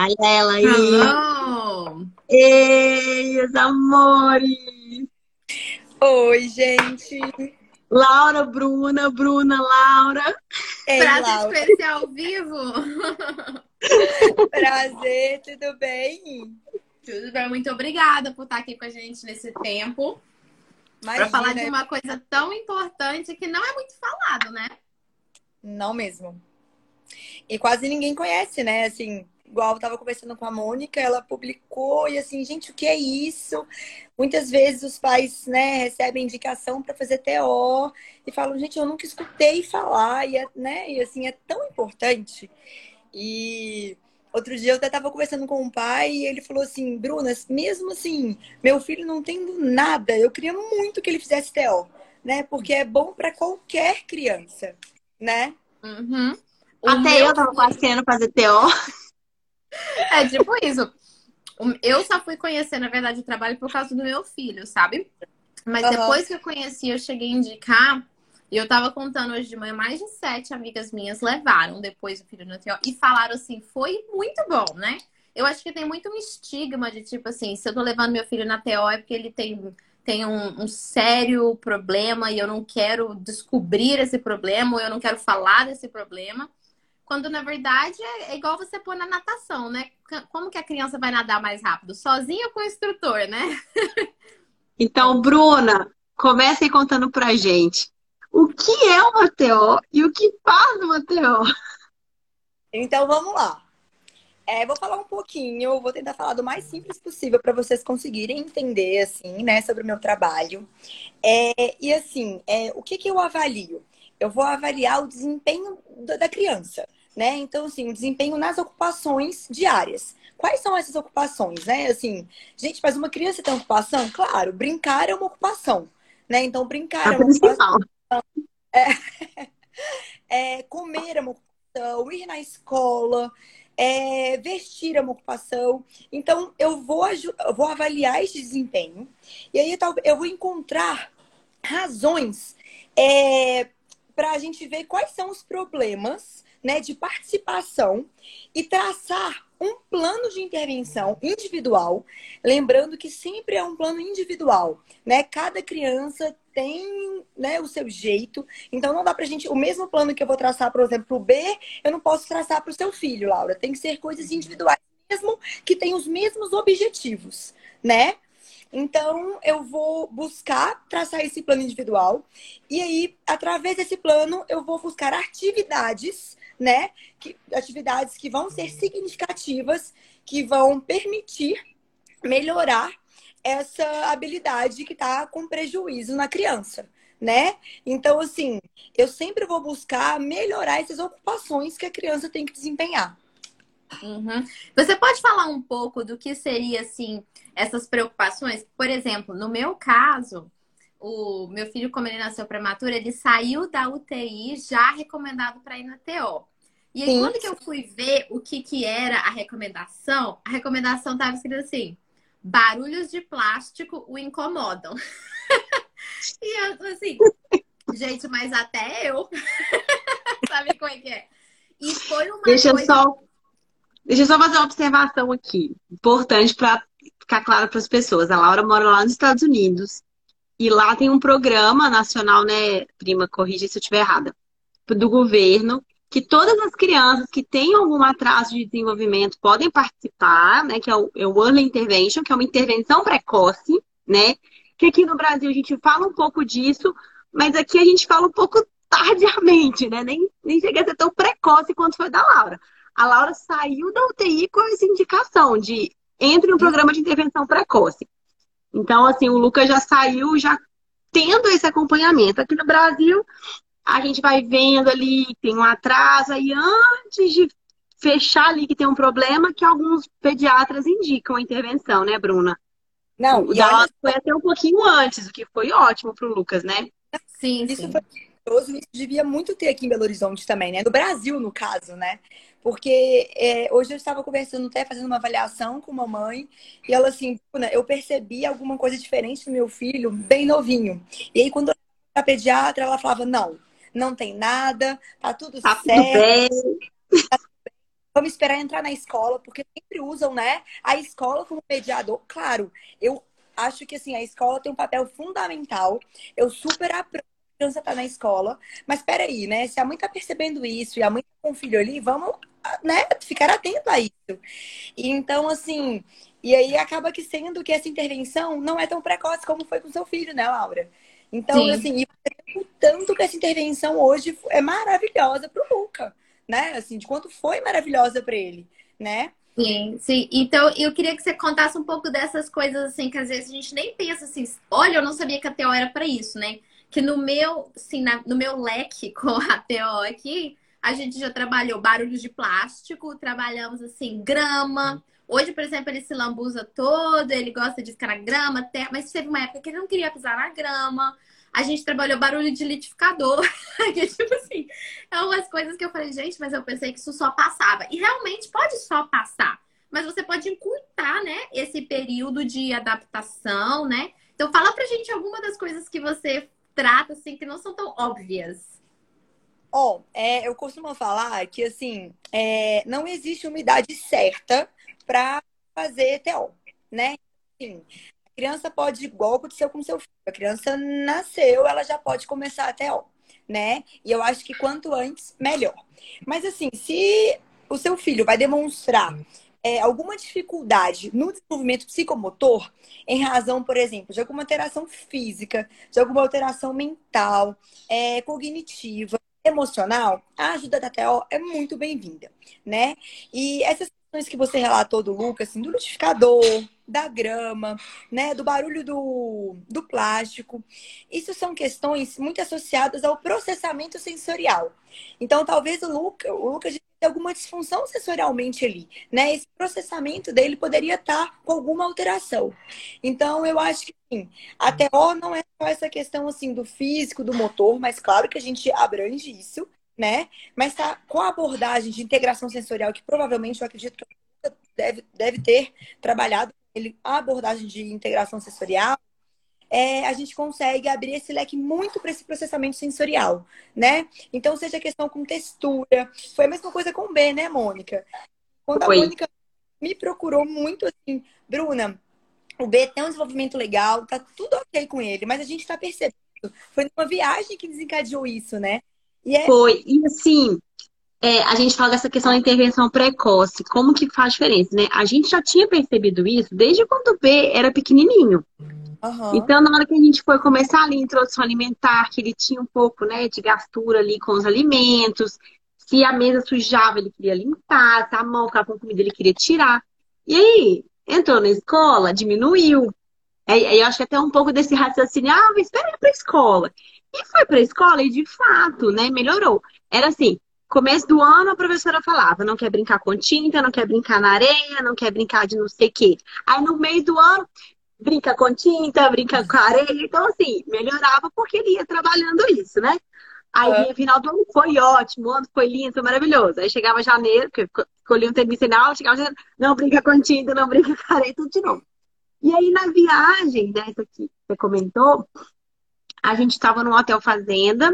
Olha ela aí. Alô! Ei, os amores! Oi, gente. Laura, Bruna, Bruna, Laura. Ei, Prazer te Laura. conhecer ao vivo. Prazer, tudo bem? Tudo bem? Muito obrigada por estar aqui com a gente nesse tempo para falar de Imagina, uma coisa tão importante que não é muito falado, né? não mesmo. E quase ninguém conhece, né? Assim, igual eu tava conversando com a Mônica, ela publicou e assim, gente, o que é isso? Muitas vezes os pais, né, recebem indicação para fazer TO e falam, gente, eu nunca escutei falar e, né? E assim, é tão importante. E outro dia eu até tava conversando com um pai e ele falou assim, Bruna, mesmo assim, meu filho não tendo nada, eu queria muito que ele fizesse TO, né? Porque é bom para qualquer criança, né? Uhum. O Até meu eu tava quase filho querendo fazer TO. é tipo isso. Eu só fui conhecer, na verdade, o trabalho por causa do meu filho, sabe? Mas Aham. depois que eu conheci, eu cheguei a indicar. E eu tava contando hoje de manhã, mais de 7 amigas minhas levaram depois o filho no TO e falaram assim, foi muito bom, né? Eu acho que tem muito um estigma de tipo assim, se eu tô levando meu filho na TO é porque ele tem um sério problema e eu não quero descobrir esse problema, ou eu não quero falar desse problema. Quando na verdade é igual você pôr na natação, né? Como que a criança vai nadar mais rápido? Sozinha ou com o instrutor, né? Então, Bruna, comece aí contando pra gente o que é uma TO e o que faz uma TO. Então vamos lá. Vou falar um pouquinho, vou tentar falar do mais simples possível para vocês conseguirem entender, assim, né, sobre o meu trabalho. E assim, o que que eu avalio? Eu vou avaliar o desempenho da criança, né? Então, assim, o desempenho nas ocupações diárias. Quais são essas ocupações, né? Assim, gente, mas uma criança tem ocupação? Claro, brincar é uma ocupação, né? Então, brincar A é uma ocupação. principal. Comer é uma ocupação, ir na escola, vestir é uma ocupação. Então, eu vou avaliar esse desempenho e aí eu vou encontrar razões para a gente ver quais são os problemas, né, de participação e traçar um plano de intervenção individual, lembrando que sempre é um plano individual, né? Cada criança tem, né, o seu jeito, então não dá pra gente, o mesmo plano que eu vou traçar, por exemplo, o B, eu não posso traçar para o seu filho, Laura. Tem que ser coisas individuais, mesmo que tenham os mesmos objetivos, né? Então, eu vou buscar traçar esse plano individual. E aí, através desse plano, eu vou buscar atividades, né? Atividades que vão ser significativas, que vão permitir melhorar essa habilidade que está com prejuízo na criança, né? Então, assim, eu sempre vou buscar melhorar essas ocupações que a criança tem que desempenhar. Uhum. Você pode falar um pouco do que seria, assim, essas preocupações? Por exemplo, no meu caso, o meu filho, como ele nasceu prematuro, ele saiu da UTI já recomendado para ir na TO. E aí, Sim, quando que eu fui ver o que que era a recomendação estava escrito assim, barulhos de plástico o incomodam. E eu, assim, gente, mas até eu, sabe como é que é? E foi uma Deixa eu coisa... só, deixa eu só fazer uma observação aqui, importante para ficar claro para as pessoas. A Laura mora lá nos Estados Unidos e lá tem um programa nacional, né, prima, corrija se eu estiver errada, do governo, que todas as crianças que têm algum atraso de desenvolvimento podem participar, né? Que é o Early Intervention, que é uma intervenção precoce, né? Que aqui no Brasil a gente fala um pouco disso, mas aqui a gente fala um pouco tardiamente, né? Nem chega a ser tão precoce quanto foi da Laura. A Laura saiu da UTI com essa indicação de entre no programa de intervenção precoce. Então, assim, o Lucas já saiu, já tendo esse acompanhamento. Aqui no Brasil, a gente vai vendo ali que tem um atraso, aí antes de fechar ali que tem um problema, que alguns pediatras indicam a intervenção, né, Bruna? não, O e da olha, Laura foi até um pouquinho antes, o que foi ótimo pro Lucas, né? Sim, isso foi sim. maravilhoso, isso devia muito ter aqui em Belo Horizonte também, né? No Brasil, no caso, né? Porque hoje eu estava conversando, até fazendo uma avaliação com uma mãe, e ela assim, "Bruna, eu percebi alguma coisa diferente no meu filho, bem novinho. E aí, quando eu ia pra pediatra, ela falava, não, não tem nada, tá tudo Tá tudo certo. bem. vamos esperar entrar na escola, porque sempre usam, né, a escola como mediador. Claro, eu acho que assim, a escola tem um papel fundamental. Eu super aprovo a criança estar na escola. Mas peraí, né? Se a mãe tá percebendo isso e a mãe tá com o filho ali, vamos, né, ficar atento a isso. E então, assim, e aí acaba que sendo que essa intervenção não é tão precoce como foi com seu filho, né, Laura? Então, Sim. assim, e o tanto que essa intervenção hoje é maravilhosa pro Luca, né? Assim, de quanto foi maravilhosa para ele, né? Sim, sim. Então, eu queria que você contasse um pouco dessas coisas, assim, que às vezes a gente nem pensa assim, olha, eu não sabia que a TO era para isso, né? Que no meu, assim, no meu leque com a TO aqui, a gente já trabalhou barulhos de plástico, trabalhamos, assim, grama. Hoje, por exemplo, ele se lambuza todo, ele gosta de ficar na grama, terra, mas teve uma época que ele não queria pisar na grama. A gente trabalhou barulho de liquidificador, que tipo assim, é umas coisas que eu falei, gente, mas eu pensei que isso só passava. E realmente pode só passar. Mas você pode encurtar, né, esse período de adaptação, né? Então fala pra gente alguma das coisas que você trata, assim, que não são tão óbvias. Ó, eu costumo falar que, assim, não existe uma idade certa para fazer TO, né? Assim, a criança pode, igual aconteceu com seu filho, a criança nasceu, ela já pode começar a TO, né? E eu acho que quanto antes, melhor. Mas, assim, se o seu filho vai demonstrar alguma dificuldade no desenvolvimento psicomotor, em razão, por exemplo, de alguma alteração física, de alguma alteração mental, cognitiva, emocional, a ajuda da TO é muito bem-vinda, né? E essas questões que você relatou do Lucas, assim, do liquidificador, da grama, né, do barulho do plástico, isso são questões muito associadas ao processamento sensorial. Então, talvez o Lucas tenha alguma disfunção sensorialmente ali, né? Esse processamento dele poderia estar com alguma alteração. Então, eu acho que sim, a TO não é só essa questão assim do físico, do motor, mas claro que a gente abrange isso, né? Mas tá com a abordagem de integração sensorial, que provavelmente eu acredito que deve ter trabalhado ele, a abordagem de integração sensorial, a gente consegue abrir esse leque muito para esse processamento sensorial, né? Então, seja questão com textura, foi a mesma coisa com o B, né, Mônica? Quando a Foi. Mônica me procurou muito assim, Bruna, o B tem um desenvolvimento legal, tá tudo ok com ele, mas a gente tá percebendo, foi numa viagem que desencadeou isso, né? E Foi. E assim, a gente fala dessa questão da intervenção precoce, como que faz diferença, né? A gente já tinha percebido isso desde quando o B era pequenininho. aham, Então, na hora que a gente foi começar ali a introdução alimentar, que ele tinha um pouco, né, de gastura ali com os alimentos, se a mesa sujava, ele queria limpar, se a mão ficava com comida, ele queria tirar. E aí, entrou na escola, diminuiu. Aí eu acho que até um pouco desse raciocínio, mas espera ir pra escola. E foi pra escola e, de fato, né, melhorou. Era assim, começo do ano a professora falava, não quer brincar com tinta, não quer brincar na areia, não quer brincar de não sei o quê. Aí no meio do ano, brinca com tinta, brinca com areia. Então, assim, melhorava porque ele ia trabalhando isso, né? Aí vinha final do ano, foi ótimo, o ano foi lindo, foi maravilhoso. Aí chegava janeiro, porque escolhi um termo na aula, chegava janeiro, não brinca com tinta, não brinca com areia, tudo de novo. E aí, na viagem dessa que você comentou, a gente estava num hotel fazenda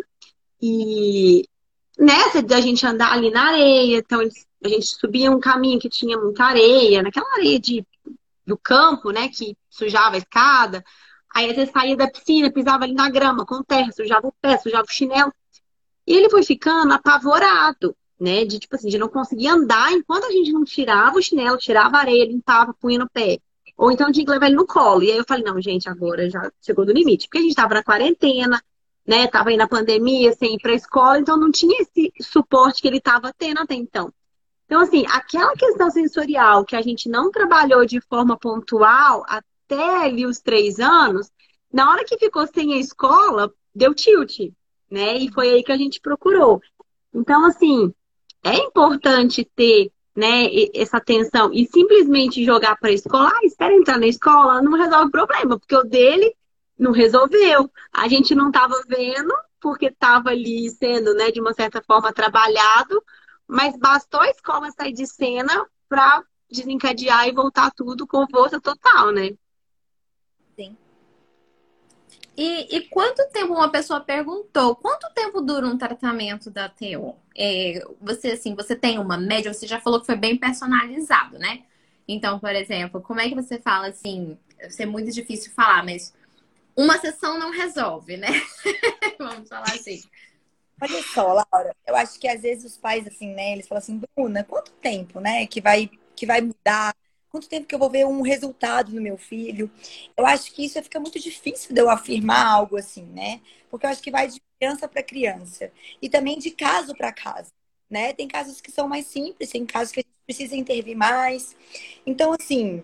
e nessa da gente andar ali na areia, então a gente subia um caminho que tinha muita areia, naquela areia do campo, né, que sujava a escada. Aí às vezes saía da piscina, pisava ali na grama com terra, sujava o pé, sujava o chinelo. E ele foi ficando apavorado, né, de tipo assim, de não conseguir andar enquanto a gente não tirava o chinelo, tirava a areia, limpava, punha no pé. Ou então tinha que levar ele no colo. E aí eu falei, não, gente, agora já chegou do limite. Porque a gente tava na quarentena, né? Tava aí na pandemia, sem ir pra escola, então não tinha esse suporte que ele tava tendo até então. Então, assim, aquela questão sensorial que a gente não trabalhou de forma pontual até ali os 3 anos, na hora que ficou sem a escola, deu tilt, né? E foi aí que a gente procurou. Então, assim, é importante ter, né, essa atenção e simplesmente jogar para a escola, espera entrar na escola, não resolve o problema, porque o dele não resolveu. A gente não estava vendo porque estava ali sendo, né, de uma certa forma trabalhado, mas bastou a escola sair de cena para desencadear e voltar tudo com força total, né? sim. E quanto tempo uma pessoa perguntou? Quanto tempo dura um tratamento da TO? Você, assim, você tem uma média? Você já falou que foi bem personalizado, né? Então, por exemplo, como é que você fala assim? Isso é muito difícil falar, mas uma sessão não resolve, né? Vamos falar assim. Olha só, Laura, eu acho que às vezes os pais, assim, né, eles falam assim, Bruna, quanto tempo, né, que vai mudar? Quanto tempo que eu vou ver um resultado no meu filho? Eu acho que isso fica muito difícil de eu afirmar algo assim, né? Porque eu acho que vai de criança para criança e também de caso para caso, né? Tem casos que são mais simples, tem casos que a gente precisa intervir mais. Então, assim,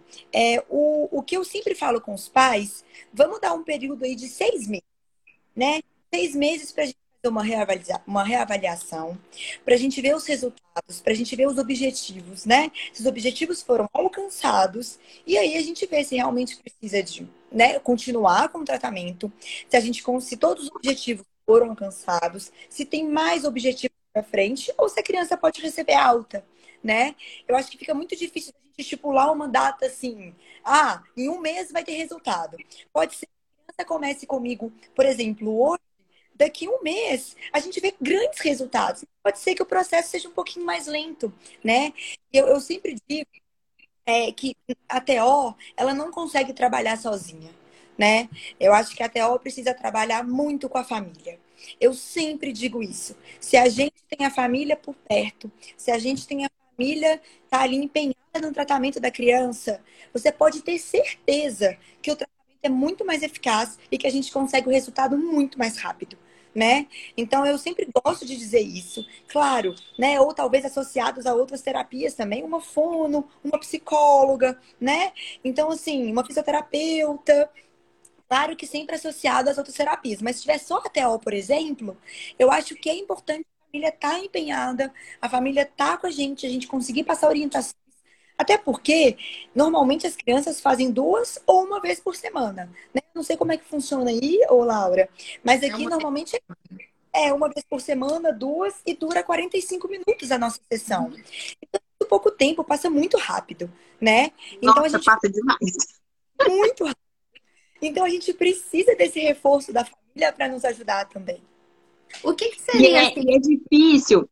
o que eu sempre falo com os pais, vamos dar um período aí de 6 meses, né? 6 meses para a gente fazer uma reavaliação, para a gente ver os resultados, para a gente ver os objetivos, né? Se os objetivos foram alcançados, e aí a gente vê se realmente precisa de, né, continuar com o tratamento, se todos os objetivos foram alcançados, se tem mais objetivos para frente, ou se a criança pode receber alta, né? Eu acho que fica muito difícil a gente estipular uma data assim, em um mês vai ter resultado. Pode ser que a criança comece comigo, por exemplo, hoje, daqui a um mês a gente vê grandes resultados. Pode ser que o processo seja um pouquinho mais lento, né? Eu sempre digo que a TO, ela não consegue trabalhar sozinha, né? Eu acho que a TO precisa trabalhar muito com a família. Eu sempre digo isso. Se a gente tem a família por perto, se a gente tem a família tá ali empenhada no tratamento da criança, você pode ter certeza que o tratamento é muito mais eficaz e que a gente consegue o resultado muito mais rápido, né? Então eu sempre gosto de dizer isso, claro, né? Ou talvez associados a outras terapias também, uma fono, uma psicóloga, né? Então assim, uma fisioterapeuta, claro que sempre associado às outras terapias, mas se tiver só a TO, por exemplo, eu acho que é importante a família estar empenhada, a família estar com a gente conseguir passar orientação. Até porque, normalmente, as crianças fazem 2 ou 1 vez por semana, né? Não sei como é que funciona aí, ô Laura, mas É aqui uma... normalmente é 1 vez por semana, 2, e dura 45 minutos a nossa sessão. Então, é muito pouco tempo, passa muito rápido, né? Então, a Nossa, gente passa demais. muito rápido. Então, a gente precisa desse reforço da família para nos ajudar também. O que que E seria é, assim? e é difícil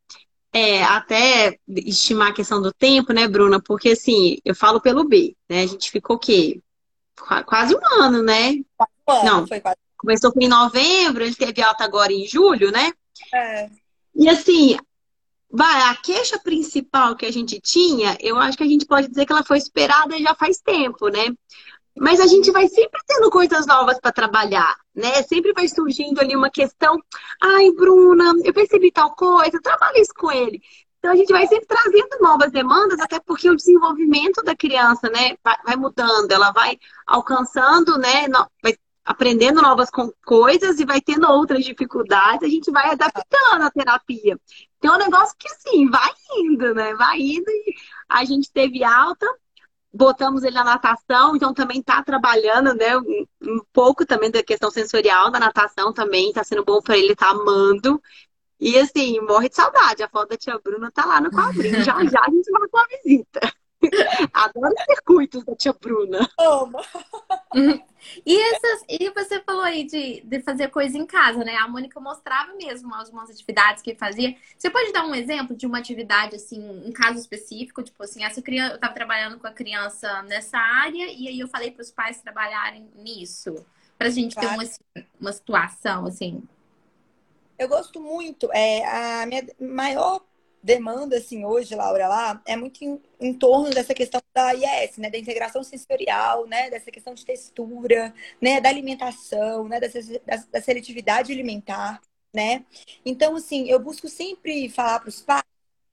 até estimar a questão do tempo, né, Bruna? Porque assim, eu falo pelo B, né? A gente ficou o quê? Quase um ano, né? Um ano, Não, foi quase. começou em novembro, ele teve alta agora em julho, né? É, E assim, a queixa principal que a gente tinha, eu acho que a gente pode dizer que ela foi esperada já faz tempo, né? Mas a gente vai sempre tendo coisas novas para trabalhar, né? Sempre vai surgindo ali uma questão. Ai, Bruna, eu percebi tal coisa, trabalha isso com ele. Então a gente vai sempre trazendo novas demandas, até porque o desenvolvimento da criança, né, vai mudando, ela vai alcançando, né, vai aprendendo novas coisas e vai tendo outras dificuldades, a gente vai adaptando a terapia. Então é um negócio que, assim, vai indo, né? Vai indo e a gente teve alta. Botamos ele na natação, então também tá trabalhando, né? Um pouco também da questão sensorial da natação também, tá sendo bom para ele, tá amando. E assim, morre de saudade. A foto da tia Bruna tá lá no quadrinho. Já já a gente vai com a visita. Adoro os circuitos da tia Bruna. amo. Uhum. E você falou aí de fazer coisa em casa, né? A Mônica mostrava mesmo algumas atividades que fazia. Você pode dar um exemplo de uma atividade, assim, um caso específico? Tipo assim, essa criança, eu estava trabalhando com a criança nessa área e aí eu falei para os pais trabalharem nisso. Pra gente ter Claro. uma situação, assim. Eu gosto muito. A minha maior demanda, assim, hoje, Laura, lá, é muito em torno dessa questão da IES, né? Da integração sensorial, né? Dessa questão de textura, né? Da alimentação, né? Da seletividade alimentar, né? Então, assim, eu busco sempre falar para os pais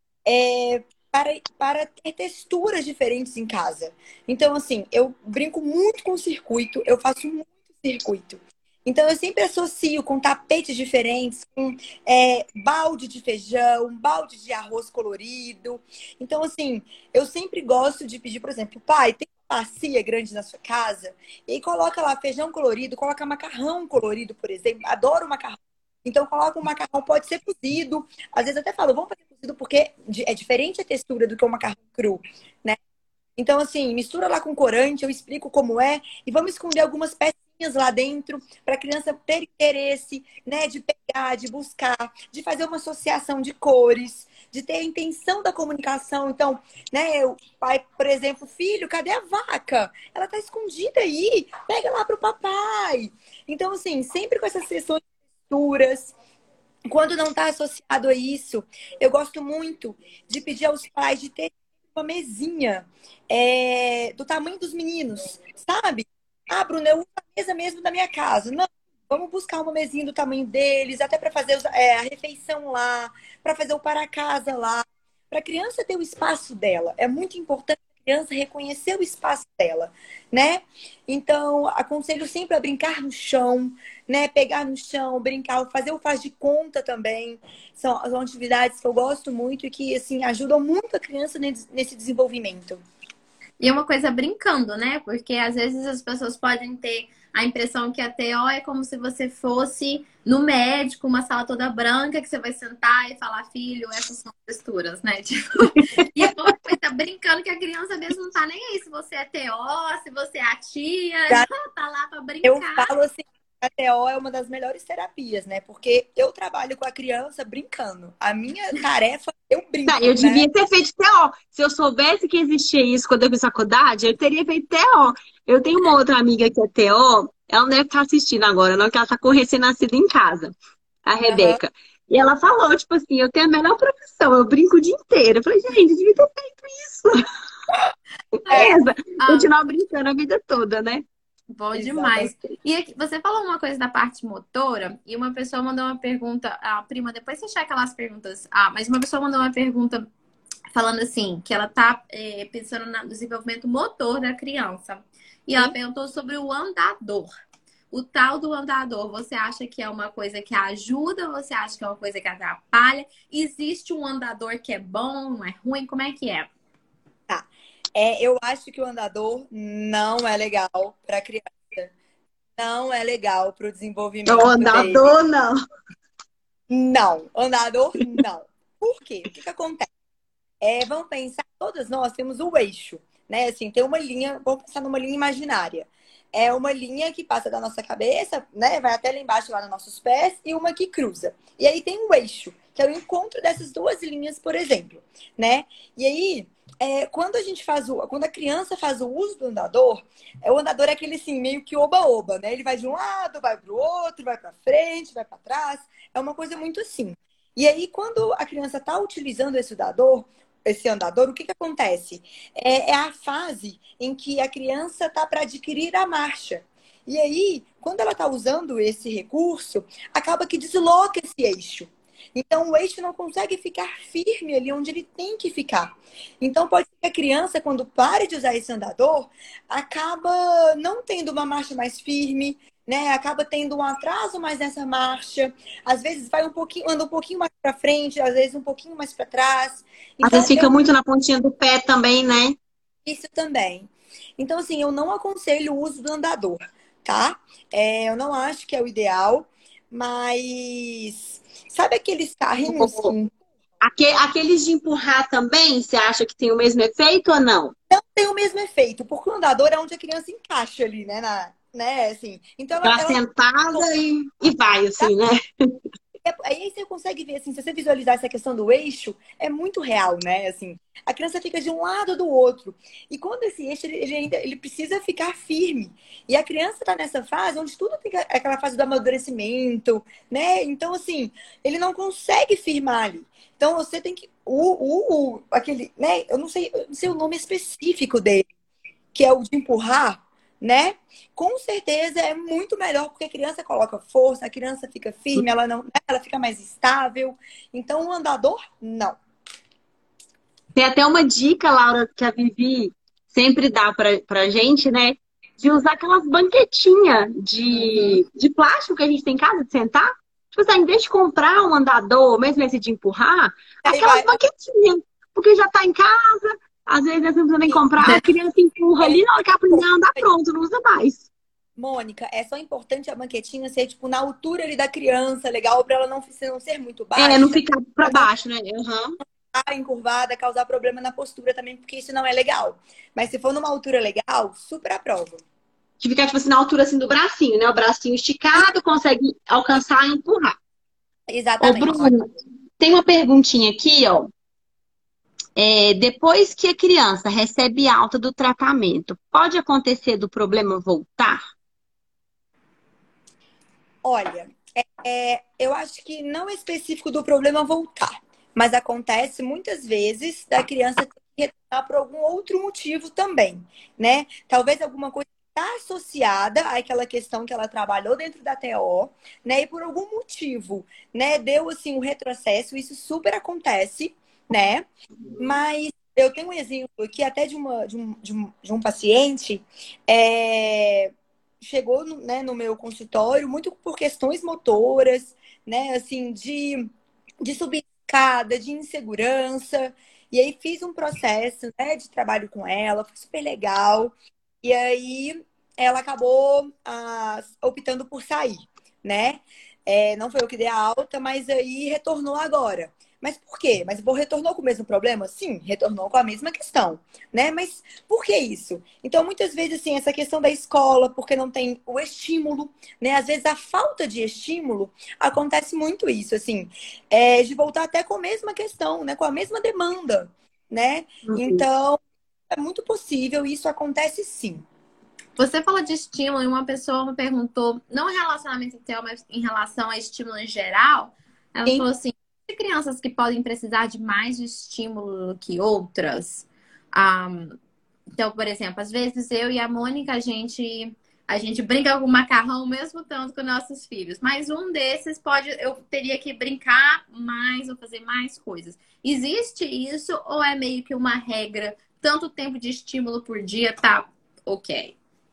para ter texturas diferentes em casa. Então, assim, eu brinco muito com circuito, eu faço muito circuito. Então, eu sempre associo com tapetes diferentes, com balde de feijão, balde de arroz colorido. Então, assim, eu sempre gosto de pedir, por exemplo, pai, tem uma bacia grande na sua casa? E aí coloca lá feijão colorido, coloca macarrão colorido, por exemplo. Adoro macarrão. Então, coloca um macarrão, pode ser cozido. Às vezes eu até falo, vamos fazer cozido porque é diferente a textura do que o macarrão cru, né? Então, assim, mistura lá com corante, eu explico como é. E vamos esconder algumas peças lá dentro, para a criança ter interesse, né, de pegar, de buscar, de fazer uma associação de cores, de ter a intenção da comunicação. Então, né, o pai, por exemplo, filho, cadê a vaca? Ela tá escondida aí, pega lá pro papai. Então, assim, sempre com essas sessões de texturas. Quando não está associado a isso, eu gosto muito de pedir aos pais de ter uma mesinha do tamanho dos meninos, sabe? Ah, Bruna, eu uso a mesa mesmo da minha casa. Não, vamos buscar uma mesinha do tamanho deles, até para fazer a refeição lá, para fazer o para casa lá, para a criança ter o espaço dela. É muito importante a criança reconhecer o espaço dela, né? Então, aconselho sempre a brincar no chão, né? Pegar no chão, brincar, fazer o faz de conta também. São atividades que eu gosto muito e que, assim, ajudam muito a criança nesse desenvolvimento. E é uma coisa brincando, né? Porque às vezes as pessoas podem ter a impressão que a TO é como se você fosse no médico, uma sala toda branca, que você vai sentar e falar, filho, essas são as texturas, né? Tipo, e é uma coisa brincando que a criança mesmo não tá nem aí se você é TO, se você é a tia, ela tá lá pra brincar. Eu falo assim, a TO é uma das melhores terapias, né? Porque eu trabalho com a criança brincando. A minha tarefa, eu brinco, eu devia ter feito TO. Se eu soubesse que existia isso quando eu fiz faculdade, eu teria feito TO. Eu tenho uma outra amiga que é TO, ela não deve estar assistindo agora, não, que ela tá com recém-nascida em casa, a Rebeca. E ela falou, tipo assim, eu tenho a melhor profissão, eu brinco o dia inteiro. Eu falei, gente, eu devia ter feito isso. Beleza, continuar brincando a vida toda, né? Bom demais. E aqui, você falou uma coisa da parte motora e uma pessoa mandou uma pergunta, a prima, depois você checa aquelas perguntas. Mas uma pessoa mandou uma pergunta falando assim, que ela tá pensando no desenvolvimento motor da criança. E ela perguntou sobre o andador. O tal do andador, você acha que é uma coisa que ajuda? Você acha que é uma coisa que atrapalha? Existe um andador que é bom, não é ruim? Como é que é? Tá. Eu acho que o andador não é legal para criança. Não é legal para o desenvolvimento dele. O andador, não. Não. Andador, não. Por quê? O que acontece? Vamos pensar, todas nós temos o eixo, né? Assim, tem uma linha, vamos pensar numa linha imaginária. É uma linha que passa da nossa cabeça, né? Vai até lá embaixo, lá nos nossos pés, e uma que cruza. E aí tem o eixo, que é o encontro dessas duas linhas, por exemplo, né? E aí, quando a criança faz o uso do andador, o andador é aquele assim, meio que oba-oba, né? Ele vai de um lado, vai pro outro, vai pra frente, vai pra trás. É uma coisa muito assim. E aí, quando a criança está utilizando esse andador, o que acontece? É a fase em que a criança está para adquirir a marcha. E aí, quando ela está usando esse recurso, acaba que desloca esse eixo. Então, o eixo não consegue ficar firme ali onde ele tem que ficar. Então, pode ser que a criança, quando pare de usar esse andador, acaba não tendo uma marcha mais firme, né? Acaba tendo um atraso mais nessa marcha. Às vezes anda um pouquinho mais para frente, às vezes um pouquinho mais para trás. Então, às vezes fica muito na pontinha do pé também, né? Isso também. Então, assim, eu não aconselho o uso do andador, tá? Eu não acho que é o ideal, mas sabe aqueles carrinhos Aqueles de empurrar também, você acha que tem o mesmo efeito ou não? Não tem o mesmo efeito, porque o andador é onde a criança encaixa ali, né? Assim. Então, ela sentada e vai, assim, né? Aí você consegue ver, assim, se você visualizar essa questão do eixo, é muito real, né? Assim, a criança fica de um lado do outro. E quando esse eixo, ele precisa ficar firme. E a criança está nessa fase onde tudo tem aquela fase do amadurecimento, né? Então, assim, ele não consegue firmar ali. Então, você tem que... aquele, né? Eu não sei o nome específico dele, que é o de empurrar, né? Com certeza é muito melhor porque a criança coloca força, a criança fica firme, ela fica mais estável. Então, o andador, não. Tem até uma dica, Laura, que a Vivi sempre dá pra gente, né? De usar aquelas banquetinhas de plástico que a gente tem em casa de sentar. Tipo assim, em vez de comprar um andador, mesmo esse de empurrar, aquelas banquetinhas. Porque já tá em casa, às vezes você não precisa nem comprar, a criança empurra ali, na hora que aprender a andar, pronto, não usa mais. Mônica, é só importante a banquetinha ser, tipo, na altura ali da criança, legal, pra ela não ser muito baixa. Não ficar pra baixo, né? Encurvada, causar problema na postura também, porque isso não é legal. Mas se for numa altura legal, super aprovo. que fica, tipo assim, na altura assim do bracinho, né? O bracinho esticado, consegue alcançar e empurrar. Ô, Exatamente. Bruno, tem uma perguntinha aqui, ó. Depois que a criança recebe alta do tratamento, pode acontecer do problema voltar? Olha, eu acho que não é específico do problema voltar, mas acontece muitas vezes da criança ter que retornar por algum outro motivo também, né? Talvez alguma coisa está associada àquela questão que ela trabalhou dentro da TO, né? E por algum motivo, né? Deu assim um retrocesso, isso super acontece, né? Mas eu tenho um exemplo aqui até de um paciente. é, Chegou né, no meu consultório muito por questões motoras, né? Assim, de subir escada, de insegurança. E aí fiz um processo, né, de trabalho com ela, foi super legal. E aí ela acabou optando por sair, né? Não foi eu que dei a alta, mas aí retornou agora. Mas por quê? Mas retornou com o mesmo problema? Sim, retornou com a mesma questão, né? Mas por que isso? Então, muitas vezes, assim, essa questão da escola, porque não tem o estímulo, né? Às vezes, a falta de estímulo acontece muito isso, assim, de voltar até com a mesma questão, né? Com a mesma demanda, né? Uhum. Então, é muito possível, e isso acontece sim. Você falou de estímulo e uma pessoa me perguntou, não em relacionamento integral, mas em relação a estímulo em geral. Ela Sim. falou assim: tem crianças que podem precisar de mais de estímulo que outras? Ah, então, por exemplo, às vezes eu e a Mônica, a gente brinca com o macarrão mesmo tanto com nossos filhos. Mas um desses eu teria que brincar mais ou fazer mais coisas. Existe isso ou é meio que uma regra? Tanto tempo de estímulo por dia tá ok?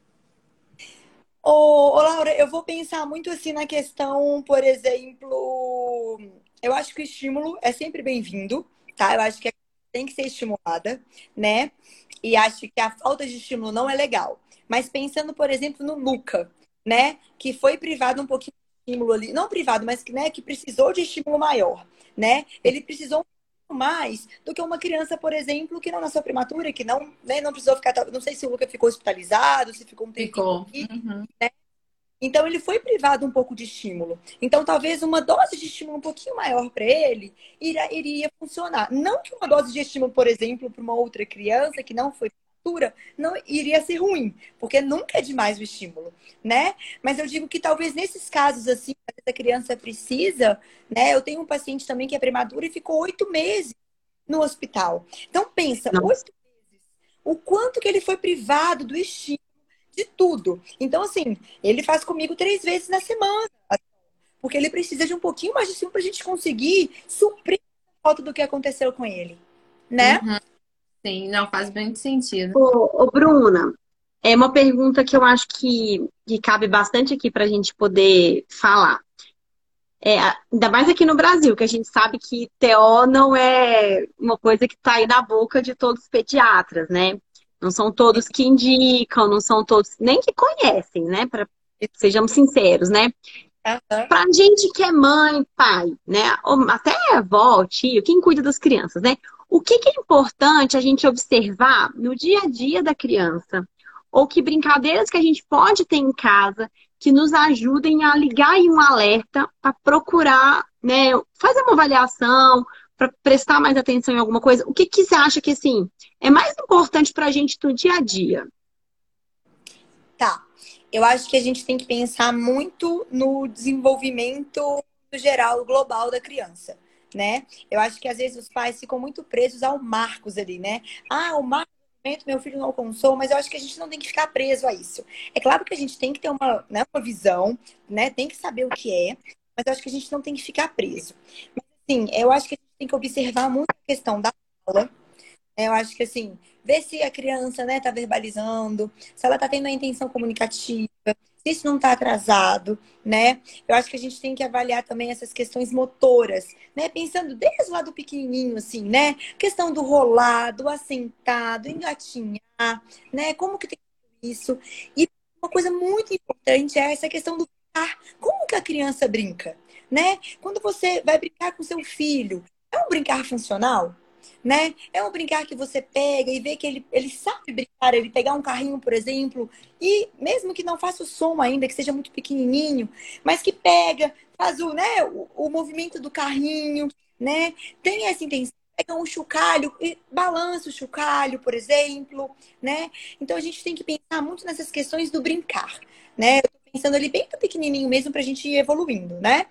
Ô, Laura, eu vou pensar muito assim na questão, por exemplo, eu acho que o estímulo é sempre bem-vindo, tá? Eu acho que a criança tem que ser estimulada, né? E acho que a falta de estímulo não é legal. Mas pensando, por exemplo, no Luca, né? Que foi privado um pouquinho de estímulo ali, não privado, mas que, né, que precisou de estímulo maior, né? Ele precisou um pouco mais do que uma criança, por exemplo, que não nasceu prematura, que não, né, não precisou ficar, não sei se o Luca ficou hospitalizado, se ficou um tempinho Ficou. aqui. Uhum. Então, ele foi privado um pouco de estímulo. Então, talvez uma dose de estímulo um pouquinho maior para ele iria funcionar. Não que uma dose de estímulo, por exemplo, para uma outra criança que não foi prematura, não iria ser ruim, porque nunca é demais o estímulo, né? Mas eu digo que talvez nesses casos assim, a criança precisa, né? Eu tenho um paciente também que é prematuro e ficou 8 meses no hospital. Então, pensa, Nossa. 8 meses, o quanto que ele foi privado do estímulo de tudo. Então, assim, ele faz comigo 3 vezes na semana, porque ele precisa de um pouquinho mais de cima para a gente conseguir suprir a falta do que aconteceu com ele, né? Uhum. Sim, não faz muito sentido. Ô, Bruna, é uma pergunta que eu acho que cabe bastante aqui para a gente poder falar. Ainda mais aqui no Brasil, que a gente sabe que TO não é uma coisa que está aí na boca de todos os pediatras, né? Não são todos que indicam, não são todos nem que conhecem, né? Sejamos sinceros, né? Aham. Pra gente que é mãe, pai, né? Ou até avó, tio, quem cuida das crianças, né? O que é importante a gente observar no dia a dia da criança? Ou que brincadeiras que a gente pode ter em casa que nos ajudem a ligar aí um alerta para procurar, né? Fazer uma avaliação, para prestar mais atenção em alguma coisa. O que você acha que, assim, é mais importante para a gente no dia a dia? Tá. Eu acho que a gente tem que pensar muito no desenvolvimento geral, global da criança, né? Eu acho que às vezes os pais ficam muito presos ao marcos ali, né? Ah, o marco do momento, meu filho não alcançou, mas eu acho que a gente não tem que ficar preso a isso. É claro que a gente tem que ter uma, né, uma visão, né? Tem que saber o que é, mas eu acho que a gente não tem que ficar preso. Mas, assim, eu acho que a gente tem que observar muito a questão da fala. Eu acho que assim, ver se a criança, né, tá verbalizando, se ela tá tendo a intenção comunicativa, se isso não tá atrasado, né? Eu acho que a gente tem que avaliar também essas questões motoras, né? Pensando desde lá do pequenininho, assim, né? Questão do rolar, do assentar, do engatinhar, né? Como que tem isso? E uma coisa muito importante é essa questão do brincar. Como que a criança brinca, né? Quando você vai brincar com seu filho, é um brincar funcional? né? É um brincar que você pega e vê que ele sabe brincar, ele pegar um carrinho, por exemplo, e mesmo que não faça o som ainda, que seja muito pequenininho, mas que pega, faz né, o movimento do carrinho, né? Tem essa intenção. Pega um chocalho e balança o chocalho, por exemplo, né? Então a gente tem que pensar muito nessas questões do brincar, né? Eu tô pensando ali bem pequenininho mesmo pra gente ir evoluindo, né?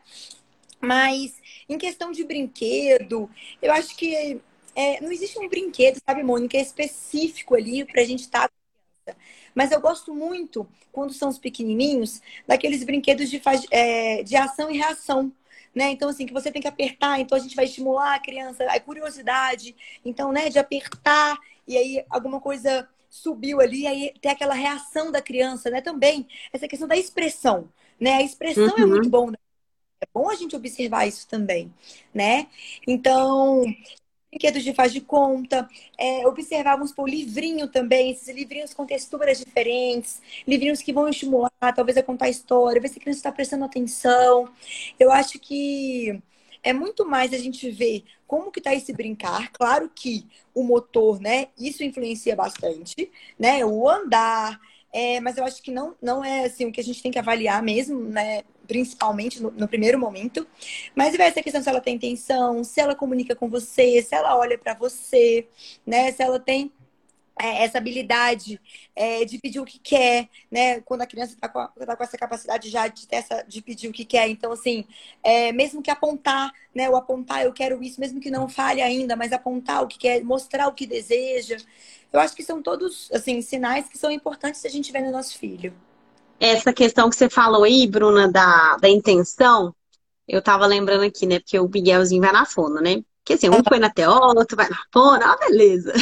Mas em questão de brinquedo, eu acho que não existe um brinquedo, sabe, Mônica, específico ali pra gente estar. Mas eu gosto muito, quando são os pequenininhos, daqueles brinquedos de ação e reação. Né? Então, assim, que você tem que apertar, então a gente vai estimular a criança, a curiosidade, então, né, de apertar, e aí alguma coisa subiu ali, aí tem aquela reação da criança, né? Também, essa questão da expressão, né? A expressão é muito Uhum. bom, né? É bom a gente observar isso também, né? Então, brinquedos de faz de conta, observávamos por livrinho também, esses livrinhos com texturas diferentes, livrinhos que vão estimular, talvez a contar história, ver se a criança está prestando atenção. Eu acho que é muito mais a gente ver como que está esse brincar. Claro que o motor, né? Isso influencia bastante, né? O andar. Mas eu acho que não é assim o que a gente tem que avaliar mesmo, né? Principalmente no primeiro momento. Mas vai essa questão se ela tem intenção, se ela comunica com você, se ela olha para você, né? Se ela tem essa habilidade de pedir o que quer, né? Quando a criança tá com essa capacidade já de pedir o que quer. Então, assim, mesmo que apontar, né? O apontar, eu quero isso, mesmo que não fale ainda, mas apontar o que quer, mostrar o que deseja. Eu acho que são todos, assim, sinais que são importantes se a gente vê no nosso filho. Essa questão que você falou aí, Bruna, da intenção, eu tava lembrando aqui, né? Porque o Miguelzinho vai na fono, né? Porque assim, um foi na TO, outro vai na fono, beleza.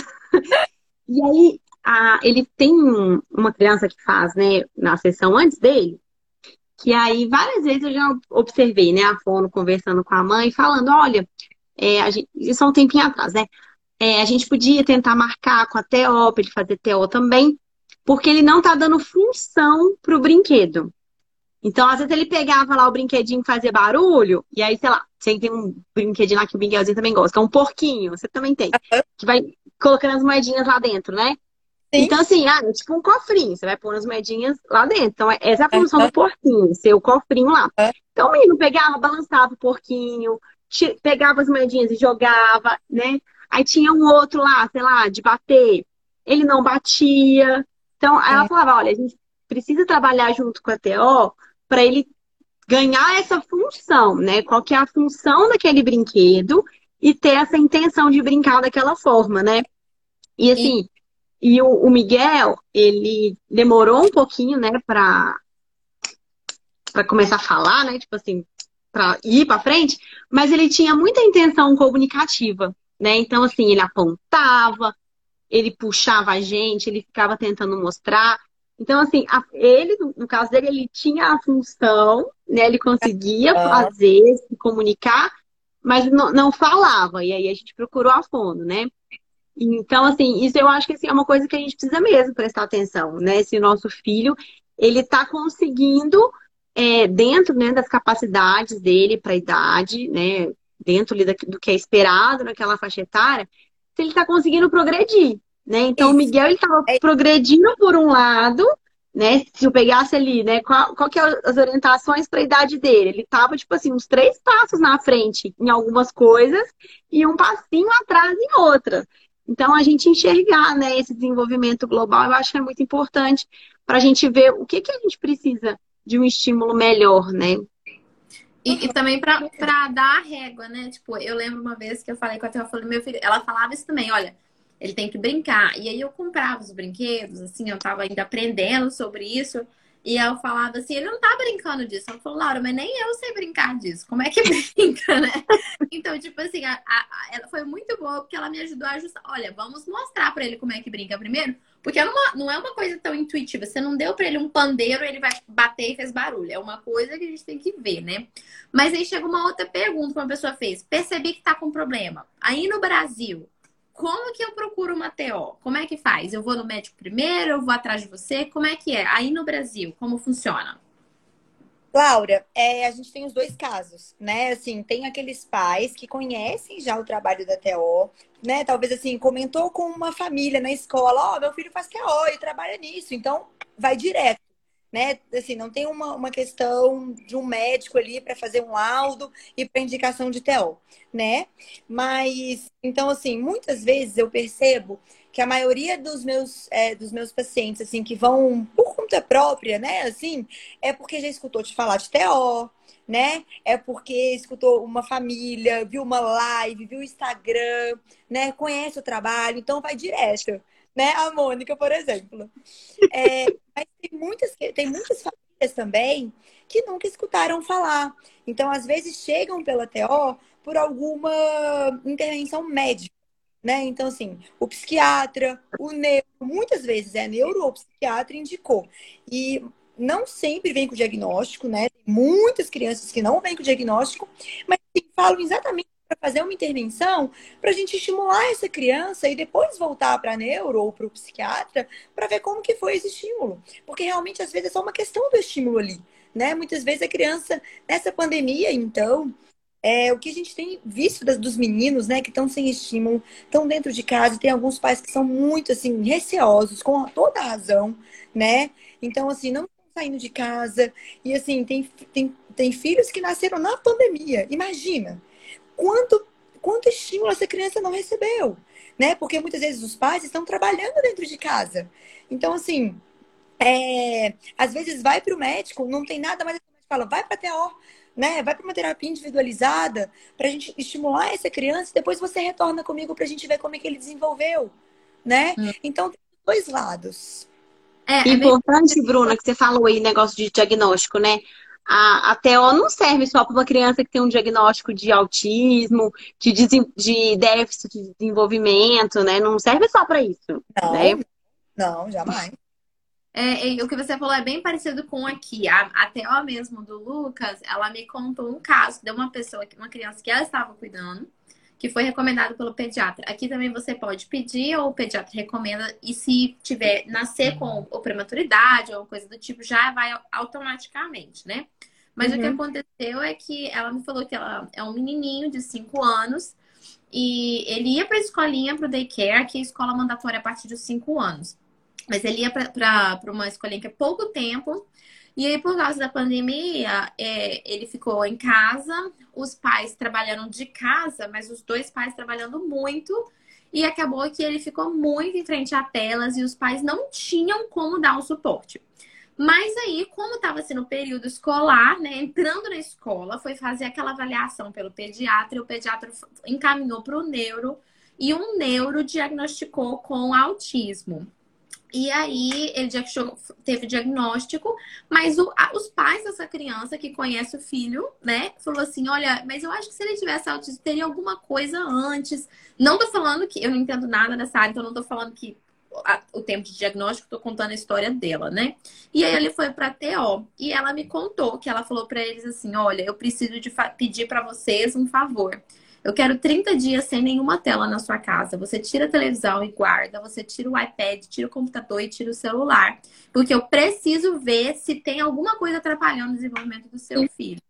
E aí, ele tem uma criança que faz, né, na sessão antes dele, que aí várias vezes eu já observei, né, a fono conversando com a mãe, falando, olha, isso há um tempinho atrás, né? A gente podia tentar marcar com a TO, para ele fazer TO também, porque ele não tá dando função pro brinquedo. Então, às vezes ele pegava lá o brinquedinho e fazia barulho, e aí, sei lá, você tem um brinquedinho lá que o Miguelzinho também gosta, que é um porquinho, você também tem, que vai colocando as moedinhas lá dentro, né? Sim. Então, assim, é tipo um cofrinho, você vai pôr as moedinhas lá dentro. Então, essa é a função do Aham, porquinho, ser o cofrinho lá. aham, Então, o menino pegava, balançava o porquinho, pegava as moedinhas e jogava, né? Aí tinha um outro lá, sei lá, de bater, ele não batia. Então, aí ela sim. falava, olha, a gente precisa trabalhar junto com a TO para ele ganhar essa função, né? Qual que é a função daquele brinquedo e ter essa intenção de brincar daquela forma, né? E E, assim, o Miguel, ele demorou um pouquinho, né, pra começar a falar, né? Tipo assim, pra ir pra frente, mas ele tinha muita intenção comunicativa, né? Então, assim, ele apontava, ele puxava a gente, ele ficava tentando mostrar. Então, assim, ele, no caso dele, ele tinha a função, né? Ele conseguia ah, fazer, se comunicar, mas não falava. E aí a gente procurou a fundo, né? Então, assim, isso eu acho que assim, é uma coisa que a gente precisa mesmo prestar atenção, né? Se o nosso filho, ele está conseguindo, dentro, né, das capacidades dele para a idade, né? Dentro ali do que é esperado naquela faixa etária, se ele está conseguindo progredir, né? Então, o isso. Miguel, ele estava É, progredindo por um lado, né? Se eu pegasse ali, né? Qual que é as orientações para a idade dele? Ele estava, tipo assim, uns 3 passos na frente em algumas coisas e um passinho atrás em outras. Então, a gente enxergar, né, esse desenvolvimento global, eu acho que é muito importante para a gente ver o que a gente precisa de um estímulo melhor, né? E também pra dar a régua, né? Tipo, eu lembro uma vez que eu falei com a Theo, eu falei, meu filho, ela falava isso também, olha, ele tem que brincar. E aí eu comprava os brinquedos, assim, eu tava ainda aprendendo sobre isso. E eu falava assim, ele não tá brincando disso. Ela falou, Laura, mas nem eu sei brincar disso. Como é que brinca, né? Então, tipo assim, ela foi muito boa porque ela me ajudou a ajustar. Olha, vamos mostrar pra ele como é que brinca primeiro. Porque não é uma coisa tão intuitiva. Você não deu pra ele um pandeiro, ele vai bater e fez barulho. É uma coisa que a gente tem que ver, né? Mas aí chega uma outra pergunta que uma pessoa fez. Percebi que tá com problema. Aí no Brasil, como que eu procuro uma TO? Como é que faz? Eu vou no médico primeiro? Eu vou atrás de você? Como é que é? Aí no Brasil, como funciona? Laura, a gente tem os dois casos, né? Assim, tem aqueles pais que conhecem já o trabalho da TO, né? Talvez assim, comentou com uma família na escola, ó, meu filho faz TO e trabalha nisso, então vai direto, né? Assim, não tem uma questão de um médico ali para fazer um laudo e para indicação de TO, né? Mas, então, assim, muitas vezes eu percebo que a maioria dos meus pacientes, assim, que vão por conta própria, né, assim, é porque já escutou te falar de TO, né? É porque escutou uma família, viu uma live, viu o Instagram, né? Conhece o trabalho, então vai direto, né? A Mônica, por exemplo. Mas tem muitas famílias também que nunca escutaram falar. Então, às vezes, chegam pela TO por alguma intervenção médica, né? Então, assim, o psiquiatra, o neuro, muitas vezes é neuro ou psiquiatra indicou. E não sempre vem com diagnóstico, né? Tem muitas crianças que não vêm com diagnóstico, mas sim, falam exatamente para fazer uma intervenção para a gente estimular essa criança e depois voltar para neuro ou para o psiquiatra para ver como que foi esse estímulo. Porque realmente, às vezes, é só uma questão do estímulo ali, né? Muitas vezes a criança, nessa pandemia, então, o que a gente tem visto dos meninos, né, que estão sem estímulo, estão dentro de casa, e tem alguns pais que são muito, assim, receosos, com toda a razão, né? Então, assim, não estão saindo de casa. E, assim, tem filhos que nasceram na pandemia. Imagina quanto, quanto estímulo essa criança não recebeu, né? Porque muitas vezes os pais estão trabalhando dentro de casa. Então, assim, às vezes vai para o médico, não tem nada, mas o médico fala, vai para a TO, né? Vai para uma terapia individualizada para a gente estimular essa criança e depois você retorna comigo para a gente ver como é que ele desenvolveu, né? Hum. Então tem dois lados. É bem. Importante, Bruna, que você falou aí, negócio de diagnóstico, né? A TO não serve só para uma criança que tem um diagnóstico de autismo, de déficit de desenvolvimento, né? Não serve só para isso, né? Não, não, jamais. O que você falou é bem parecido com aqui. A TO mesmo do Lucas, ela me contou um caso de uma pessoa, uma criança que ela estava cuidando, que foi recomendado pelo pediatra. Aqui também você pode pedir ou o pediatra recomenda, e se tiver nascer com ou prematuridade ou coisa do tipo, já vai automaticamente, né? Mas o que Uhum. aconteceu é que ela me falou que ela é um menininho de 5 anos e ele ia para a escolinha, para o daycare, que é a escola mandatória a partir dos 5 anos. Mas ele ia para uma escolinha que é pouco tempo. E aí, por causa da pandemia, ele ficou em casa. Os pais trabalharam de casa, mas os dois pais trabalhando muito. E acabou que ele ficou muito em frente a telas e os pais não tinham como dar um suporte. Mas aí, como estava sendo período escolar, né, entrando na escola, foi fazer aquela avaliação pelo pediatra, e o pediatra encaminhou para o neuro, e um neuro diagnosticou com autismo. E aí ele já teve diagnóstico, mas os pais dessa criança que conhece o filho, né, falou assim, olha, mas eu acho que se ele tivesse autismo, teria alguma coisa antes. Não tô falando que, eu não entendo nada nessa área, então não tô falando que o tempo de diagnóstico, tô contando a história dela, né? E aí ele foi pra TO, e ela me contou que ela falou pra eles assim, olha, eu preciso de pedir pra vocês um favor. Eu quero 30 dias sem nenhuma tela na sua casa. Você tira a televisão e guarda, você tira o iPad, tira o computador e tira o celular. Porque eu preciso ver se tem alguma coisa atrapalhando o desenvolvimento do seu filho.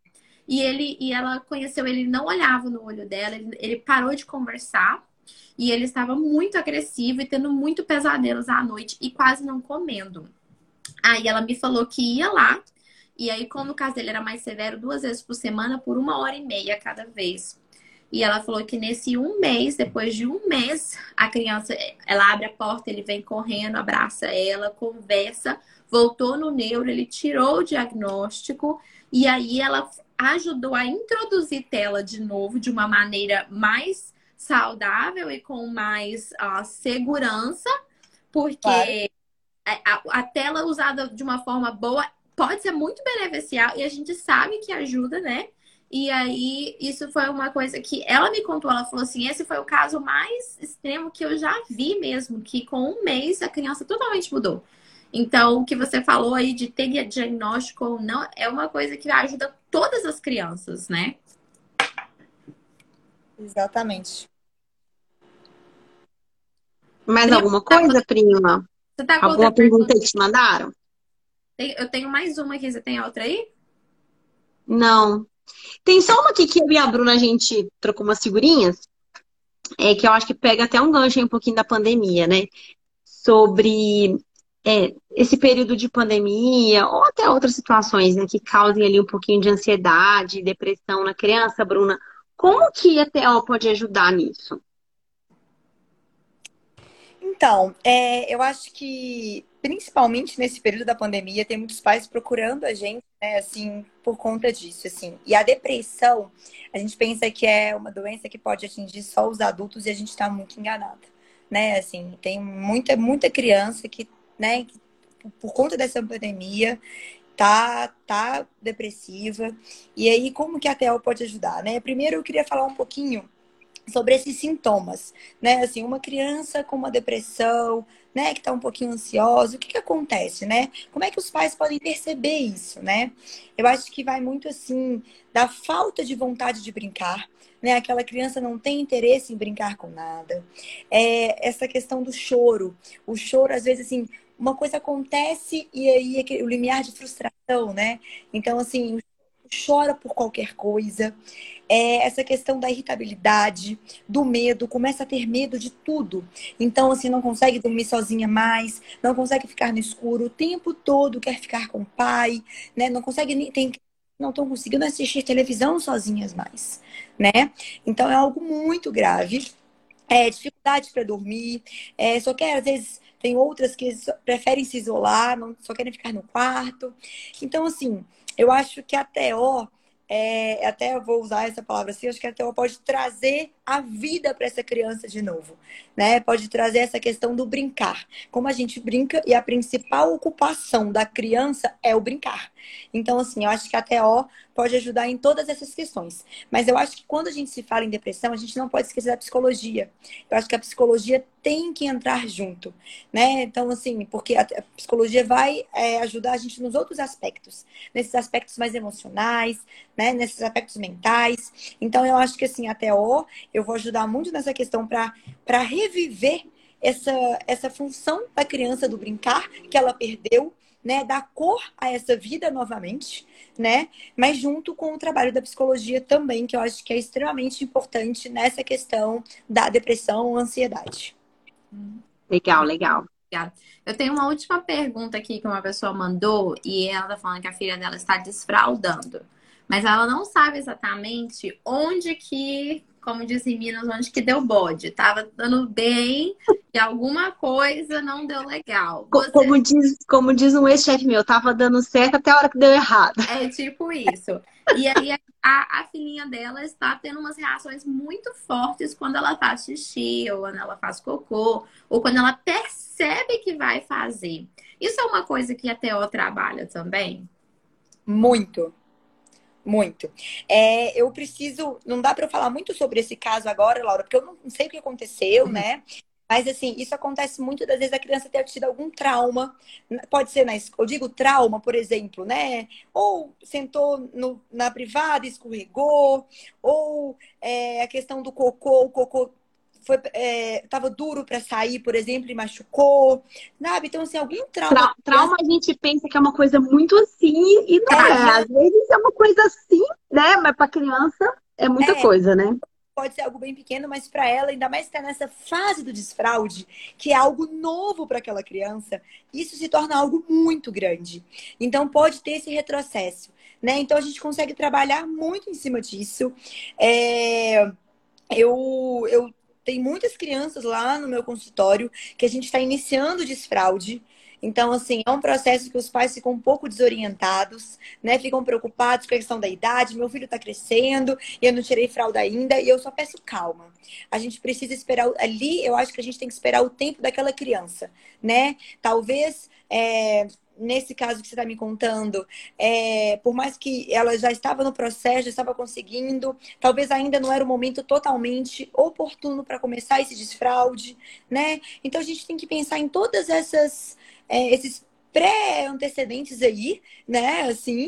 E ela conheceu ele, não olhava no olho dela, ele parou de conversar. E ele estava muito agressivo e tendo muito pesadelos à noite e quase não comendo. Aí ela me falou que ia lá. E aí, como o caso dele era mais severo, 2 vezes por semana, por 1h30 cada vez. E ela falou que nesse 1 mês, depois de 1 mês, a criança, ela abre a porta, ele vem correndo, abraça ela, conversa, voltou no neuro, ele tirou o diagnóstico e aí ela ajudou a introduzir tela de novo de uma maneira mais saudável e com mais segurança, Claro. porque a tela usada de uma forma boa pode ser muito beneficial e a gente sabe que ajuda, né? E aí, isso foi uma coisa que ela me contou. Ela falou assim: esse foi o caso mais extremo que eu já vi mesmo, que com 1 mês a criança totalmente mudou. Então, o que você falou aí de ter diagnóstico ou não, é uma coisa que ajuda todas as crianças, né? Exatamente. Mais Prima, alguma coisa, prima? você tá com outra Alguma pergunta pergunta? aí que te mandaram? Eu tenho mais uma aqui. Você tem outra aí? Não. Tem só uma aqui que eu e a Bruna, a gente trocou umas figurinhas, que eu acho que pega até um gancho aí um pouquinho da pandemia, né? Sobre esse período de pandemia, ou até outras situações, né, que causem ali um pouquinho de ansiedade, depressão na criança, Bruna. Como que a TO pode ajudar nisso? Então, eu acho que, principalmente nesse período da pandemia, tem muitos pais procurando a gente, né, assim, por conta disso, assim. E a depressão, a gente pensa que é uma doença que pode atingir só os adultos e a gente está muito enganada, né? Assim, tem muita criança que, né, que por conta dessa pandemia, tá depressiva. E aí, como que a TEL pode ajudar, né? Primeiro, eu queria falar um pouquinho sobre esses sintomas, né? Assim, uma criança com uma depressão, né, que está um pouquinho ansiosa, o que que acontece, né? Como é que os pais podem perceber isso, né? Eu acho que vai muito assim da falta de vontade de brincar, né? Aquela criança não tem interesse em brincar com nada. Essa questão do choro, o choro às vezes assim, uma coisa acontece e aí o limiar de frustração, né? Então assim, chora por qualquer coisa. Essa questão da irritabilidade, do medo, começa a ter medo de tudo. Então, assim, não consegue dormir sozinha mais, não consegue ficar no escuro, o tempo todo quer ficar com o pai, né? Não consegue nem. Não estão conseguindo assistir televisão sozinhas mais, né? Então é algo muito grave. Dificuldade para dormir, só quer, às vezes, tem outras que preferem se isolar, não, só querem ficar no quarto. Então, assim, eu acho que a TO, até eu vou usar essa palavra assim, acho que a TO pode trazer a vida para essa criança de novo, né? Pode trazer essa questão do brincar. Como a gente brinca e a principal ocupação da criança é o brincar. Então, assim, eu acho que a TO pode ajudar em todas essas questões. Mas eu acho que quando a gente se fala em depressão, a gente não pode esquecer da psicologia. Eu acho que a psicologia tem que entrar junto, né? Então, assim, porque a psicologia vai ajudar a gente nos outros aspectos, nesses aspectos mais emocionais, né? Nesses aspectos mentais. Então, eu acho que, assim, a TO, eu vou ajudar muito nessa questão para reviver essa função da criança do brincar que ela perdeu, né? Dar cor a essa vida novamente, né? Mas junto com o trabalho da psicologia também, que eu acho que é extremamente importante nessa questão da depressão, ansiedade. Legal, legal. Obrigada. Eu tenho uma última pergunta aqui que uma pessoa mandou e ela tá falando que a filha dela está desfraldando. Mas ela não sabe exatamente onde que, como diz em Minas, onde que deu bode. Tava dando bem e alguma coisa não deu legal. Como diz um ex-chefe meu, tava dando certo até a hora que deu errado. É tipo isso. E aí a filhinha dela está tendo umas reações muito fortes quando ela faz xixi, ou quando ela faz cocô, ou quando ela percebe que vai fazer. Isso é uma coisa que a TO trabalha também? Muito. Muito. Eu preciso. Não dá para eu falar muito sobre esse caso agora, Laura, porque eu não sei o que aconteceu, né? Mas, assim, isso acontece muito das vezes a criança ter tido algum trauma. Pode ser na escola. Eu digo trauma, por exemplo, né? Ou sentou na privada, escorregou. Ou a questão do cocô, o cocô tava duro para sair, por exemplo, e machucou. Sabe? Então, assim, algum trauma. Trauma a gente pensa que é uma coisa muito assim e não é. Às vezes é uma coisa assim, né? Mas para criança é muita coisa, né? Pode ser algo bem pequeno, mas para ela, ainda mais que está nessa fase do desfraude, que é algo novo para aquela criança, isso se torna algo muito grande. Então, pode ter esse retrocesso, né? Então, a gente consegue trabalhar muito em cima disso. Eu tenho muitas crianças lá no meu consultório que a gente está iniciando o desfraude. Então, assim, é um processo que os pais ficam um pouco desorientados, né? Ficam preocupados com a questão da idade. Meu filho está crescendo e eu não tirei fralda ainda. E eu só peço calma. A gente precisa esperar ali. Eu acho que a gente tem que esperar o tempo daquela criança, né? Talvez nesse caso que você está me contando, por mais que ela já estava no processo, já estava conseguindo, talvez ainda não era o momento totalmente oportuno para começar esse desfraude, né? Então a gente tem que pensar em todas esses pré-antecedentes aí, né? Assim,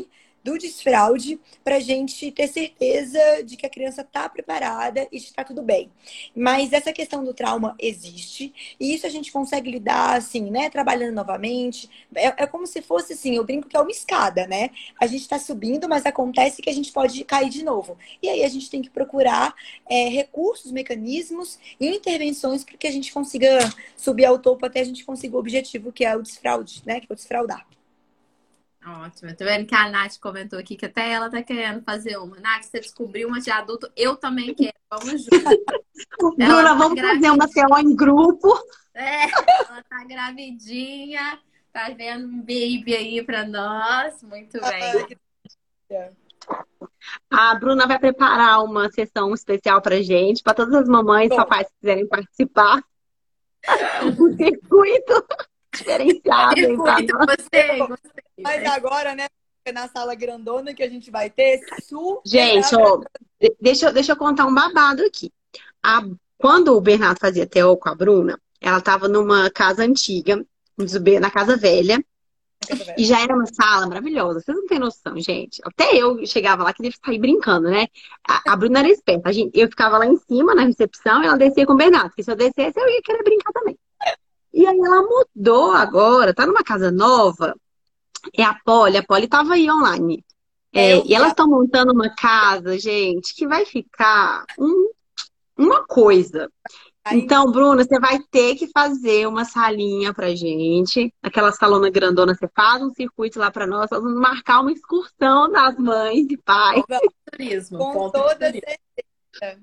do desfraude para a gente ter certeza de que a criança está preparada e está tudo bem. Mas essa questão do trauma existe e isso a gente consegue lidar assim, né? Trabalhando novamente. É como se fosse assim, eu brinco que é uma escada, né? A gente está subindo, mas acontece que a gente pode cair de novo. E aí a gente tem que procurar recursos, mecanismos e intervenções para que a gente consiga subir ao topo até a gente conseguir o objetivo, que é o desfraude, né? Que é o desfraudar. Ótimo. Tô vendo que a Nath comentou aqui que até ela tá querendo fazer uma. Nath, você descobriu uma de adulto, eu também quero. Vamos junto. Bruna, vamos fazer uma tela em grupo. Ela tá gravidinha, tá vendo um baby aí pra nós. Muito bem. A Bruna vai preparar uma sessão especial pra gente, para todas as mamães e papais que quiserem participar. Um circuito diferenciado. Circuito, gostei. Mas agora, né? Na sala grandona que a gente vai ter. Gente, ó, deixa eu contar um babado aqui. Quando o Bernardo fazia TO com a Bruna, ela tava numa casa antiga, na casa velha. E já era uma sala maravilhosa. Vocês não têm noção, gente. Até eu chegava lá, queria sair brincando, né? A Bruna era esperta. Eu ficava lá em cima, na recepção, e ela descia com o Bernardo. Porque se eu descesse, eu ia querer brincar também. E aí ela mudou agora, tá numa casa nova. É a Polly tava aí online. E elas estão montando uma casa, gente, que vai ficar uma coisa. Então, Bruna, você vai ter que fazer uma salinha pra gente. Aquela salona grandona, você faz um circuito lá pra nós. Vamos marcar uma excursão das mães e pais. Turismo. Com toda certeza.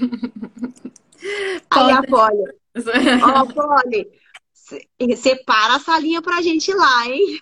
Aí a Polly. Ó, Polly, separa a salinha pra gente lá, hein?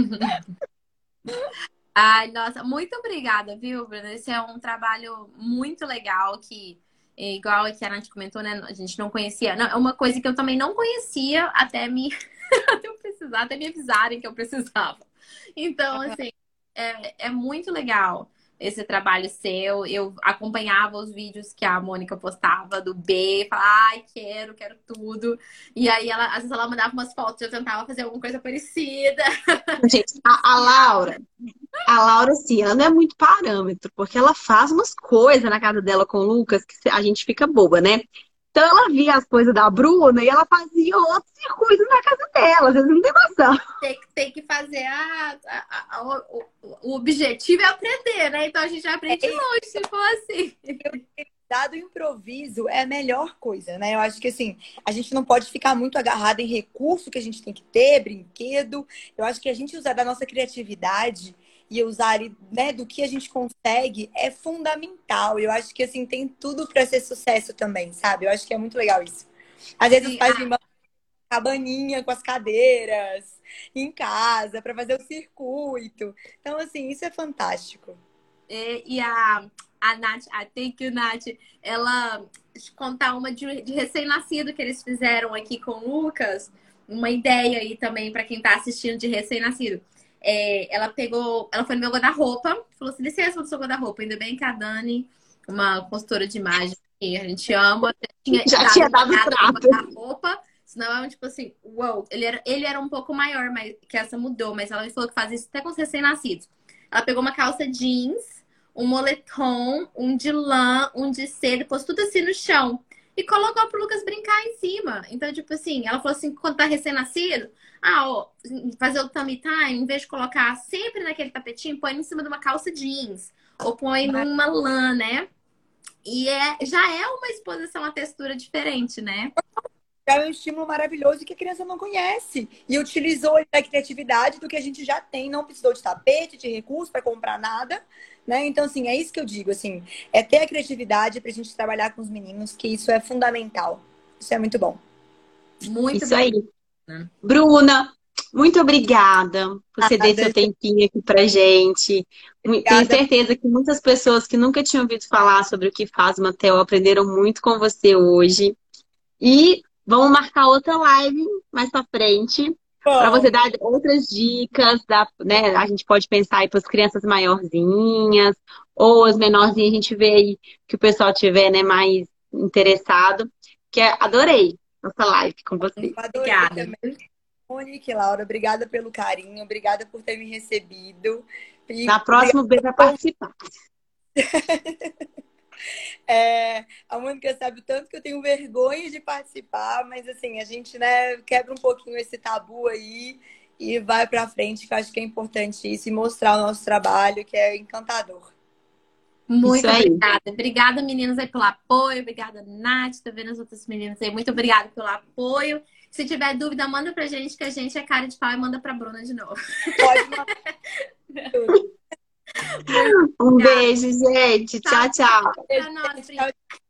Ai, nossa, muito obrigada, viu, Bruna? Esse é um trabalho muito legal que, igual a Nath comentou, né? A gente não conhecia. Não, é uma coisa que eu também não conhecia até até me avisarem que eu precisava. Então, assim, é muito legal esse trabalho seu. Eu acompanhava os vídeos que a Mônica postava do B, falava, ai, quero tudo. E aí, às vezes, ela mandava umas fotos, eu tentava fazer alguma coisa parecida. Gente, a Laura, sim, ela não é muito parâmetro, porque ela faz umas coisas na casa dela com o Lucas que a gente fica boba, né? Então ela via as coisas da Bruna e ela fazia outros circuitos na casa dela, vocês não têm noção. Tem que fazer o objetivo é aprender, né? Então a gente aprende longe, se for assim. Dado improviso é a melhor coisa, né? Eu acho que assim, a gente não pode ficar muito agarrado em recurso que a gente tem que ter, brinquedo. Eu acho que a gente usar da nossa criatividade e usar, né, do que a gente consegue é fundamental. Eu acho que assim tem tudo para ser sucesso também, sabe? Eu acho que é muito legal isso. Às vezes os pais uma cabaninha com as cadeiras em casa para fazer o circuito. Então assim, isso é fantástico. E a Nath, thank you, Nath, ela contar uma de recém-nascido que eles fizeram aqui com o Lucas, uma ideia aí também para quem tá assistindo de recém-nascido. Ela foi no meu guarda-roupa, falou assim, licença do seu guarda-roupa. Ainda bem que a Dani, uma consultora de imagem que a gente ama, já tinha dado trato. Guarda-roupa, senão é tipo assim, uau, ele era um pouco maior, mas que essa mudou, mas ela me falou que faz isso até com os recém-nascidos. Ela pegou uma calça jeans, um moletom, um de lã, um de seda, pôs tudo assim no chão. E colocou pro Lucas brincar em cima. Então, tipo assim, ela falou assim, quando tá recém-nascido, fazer o tummy time, em vez de colocar sempre naquele tapetinho, põe em cima de uma calça jeans. Ou põe numa lã, né? E já é uma exposição à textura diferente, né? É um estímulo maravilhoso que a criança não conhece. E utilizou a criatividade do que a gente já tem. Não precisou de tapete, de recurso para comprar nada. Né? Então, assim, é isso que eu digo. Assim, é ter a criatividade para a gente trabalhar com os meninos, que isso é fundamental. Isso é muito bom. Muito isso bom. Aí. Bruna, muito obrigada por ceder seu tempinho aqui pra gente. Obrigada. Tenho certeza que muitas pessoas que nunca tinham ouvido falar sobre o que faz uma TO aprenderam muito com você hoje. E vamos marcar outra live mais pra frente. Para você dar outras dicas, né? A gente pode pensar aí para as crianças maiorzinhas ou as menorzinhas, a gente vê aí que o pessoal tiver, né, mais interessado. Adorei nossa live com você. Obrigada. Monique, Laura, obrigada pelo carinho, obrigada por ter me recebido. E Na próxima, o B vai participar. a Mônica sabe o tanto que eu tenho vergonha de participar, mas assim, a gente, né, quebra um pouquinho esse tabu aí e vai pra frente, que eu acho que é importante isso, e mostrar o nosso trabalho, que é encantador. Muito Isso aí. obrigada. Obrigada, meninas, aí pelo apoio. Obrigada, Nath. Tô vendo as outras meninas aí. Muito obrigada pelo apoio. Se tiver dúvida, manda pra gente, que a gente é cara de pau e manda pra Bruna de novo. Pode mandar tudo. Um beijo, gente. Tchau, tchau. Pra nós, Tchau,